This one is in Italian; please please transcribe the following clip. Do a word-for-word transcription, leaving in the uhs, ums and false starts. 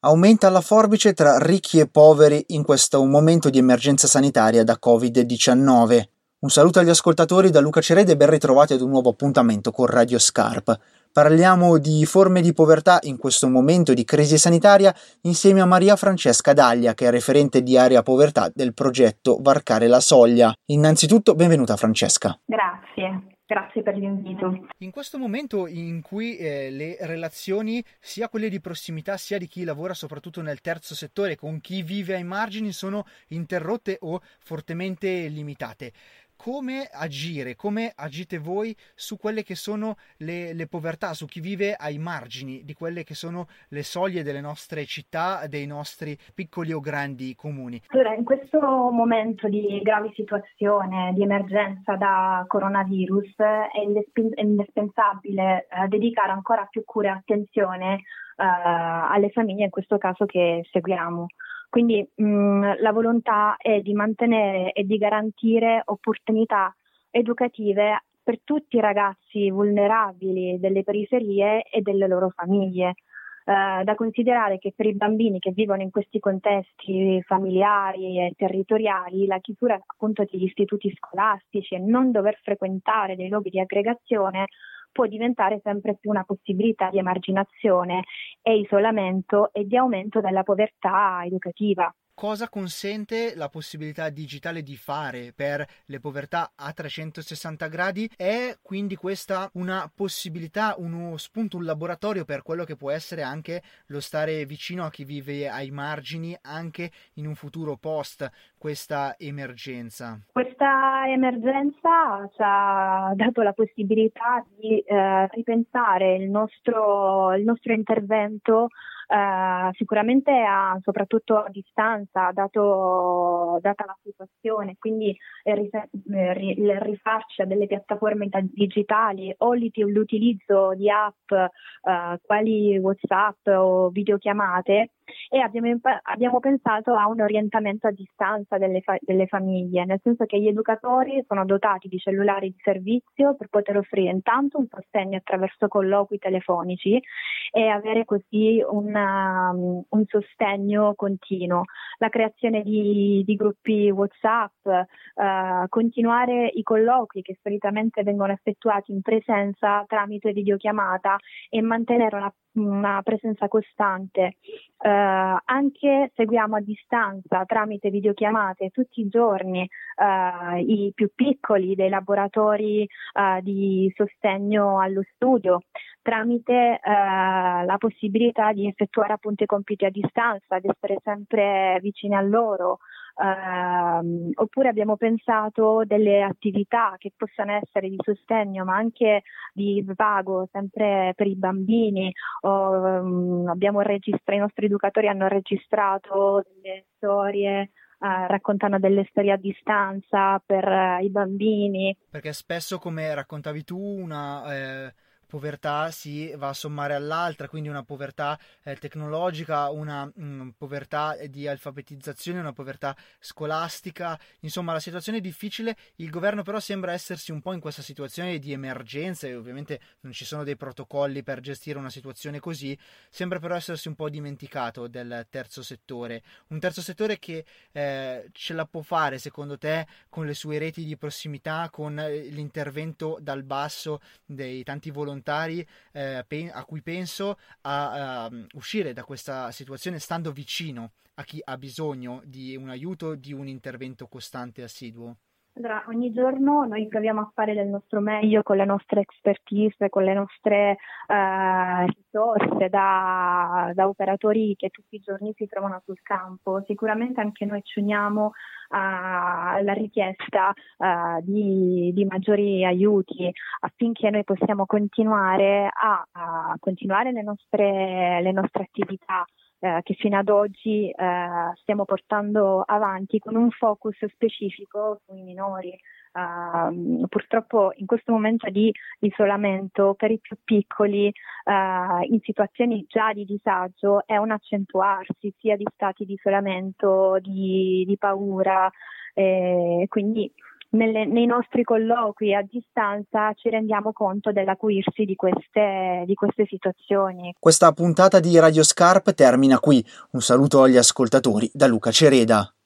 Aumenta la forbice tra ricchi e poveri in questo momento di emergenza sanitaria da covid diciannove. Un saluto agli ascoltatori da Luca Cerede e ben ritrovati ad un nuovo appuntamento con Radio Scarp. Parliamo di forme di povertà in questo momento di crisi sanitaria insieme a Maria Francesca Daglia, che è referente di area povertà del progetto Varcare la Soglia. Innanzitutto, benvenuta Francesca. Grazie. Grazie per l'invito. In questo momento in cui eh, le relazioni, sia quelle di prossimità sia di chi lavora soprattutto nel terzo settore con chi vive ai margini, sono interrotte o fortemente limitate, come agire, come agite voi su quelle che sono le, le povertà, su chi vive ai margini di quelle che sono le soglie delle nostre città, dei nostri piccoli o grandi comuni? Allora, in questo momento di grave situazione, di emergenza da coronavirus, è, indispen- è indispensabile eh, dedicare ancora più cura e attenzione eh, alle famiglie, in questo caso che seguiamo. Quindi mh, la volontà è di mantenere e di garantire opportunità educative per tutti i ragazzi vulnerabili delle periferie e delle loro famiglie. Uh, da considerare che per i bambini che vivono in questi contesti familiari e territoriali la chiusura appunto degli istituti scolastici e non dover frequentare dei luoghi di aggregazione può diventare sempre più una possibilità di emarginazione e isolamento e di aumento della povertà educativa. Cosa consente la possibilità digitale di fare per le povertà a trecentosessanta gradi? È quindi questa una possibilità, uno spunto, un laboratorio per quello che può essere anche lo stare vicino a chi vive ai margini anche in un futuro post questa emergenza? Questa emergenza ci ha dato la possibilità di eh, ripensare il nostro, il nostro intervento Uh, sicuramente a, soprattutto a distanza, dato, data la situazione, quindi il, il rifarci a delle piattaforme digitali o l'utilizzo di app uh, quali WhatsApp o videochiamate, e abbiamo, abbiamo pensato a un orientamento a distanza delle, fa- delle famiglie, nel senso che gli educatori sono dotati di cellulari di servizio per poter offrire intanto un sostegno attraverso colloqui telefonici e avere così una, un sostegno continuo, la creazione di, di gruppi WhatsApp, eh, continuare i colloqui che solitamente vengono effettuati in presenza tramite videochiamata e mantenere una una presenza costante. Eh, anche seguiamo a distanza tramite videochiamate tutti i giorni eh, i più piccoli dei laboratori eh, di sostegno allo studio, tramite eh, la possibilità di effettuare appunto i compiti a distanza, di essere sempre vicini a loro. Uh, oppure abbiamo pensato delle attività che possano essere di sostegno ma anche di svago sempre per i bambini. Um, abbiamo registrato, i nostri educatori hanno registrato delle storie, uh, raccontano delle storie a distanza per uh, i bambini, perché spesso, come raccontavi tu, una eh... povertà si va a sommare all'altra, quindi una povertà eh, tecnologica, una mh, povertà di alfabetizzazione, una povertà scolastica, insomma la situazione è difficile. Il governo però sembra essersi un po' in questa situazione di emergenza e ovviamente non ci sono dei protocolli per gestire una situazione così, sembra però essersi un po' dimenticato del terzo settore, un terzo settore che eh, ce la può fare secondo te con le sue reti di prossimità, con l'intervento dal basso dei tanti volontari eh, a cui penso, a, a uscire da questa situazione stando vicino a chi ha bisogno di un aiuto, di un intervento costante e assiduo? Allora, ogni giorno noi proviamo a fare del nostro meglio con le nostre expertise, con le nostre eh, risorse da, da operatori che tutti i giorni si trovano sul campo. Sicuramente anche noi ci uniamo alla richiesta uh, di, di maggiori aiuti affinché noi possiamo continuare a, a continuare le nostre, le nostre attività eh, che fino ad oggi eh, stiamo portando avanti con un focus specifico sui minori. Uh, purtroppo in questo momento di isolamento per i più piccoli uh, in situazioni già di disagio è un accentuarsi sia di stati di isolamento, di, di paura, eh, quindi nelle, nei nostri colloqui a distanza ci rendiamo conto dell'acuirsi di queste, di queste situazioni. Questa puntata di Radio Scarp termina qui. Un saluto agli ascoltatori da Luca Cereda.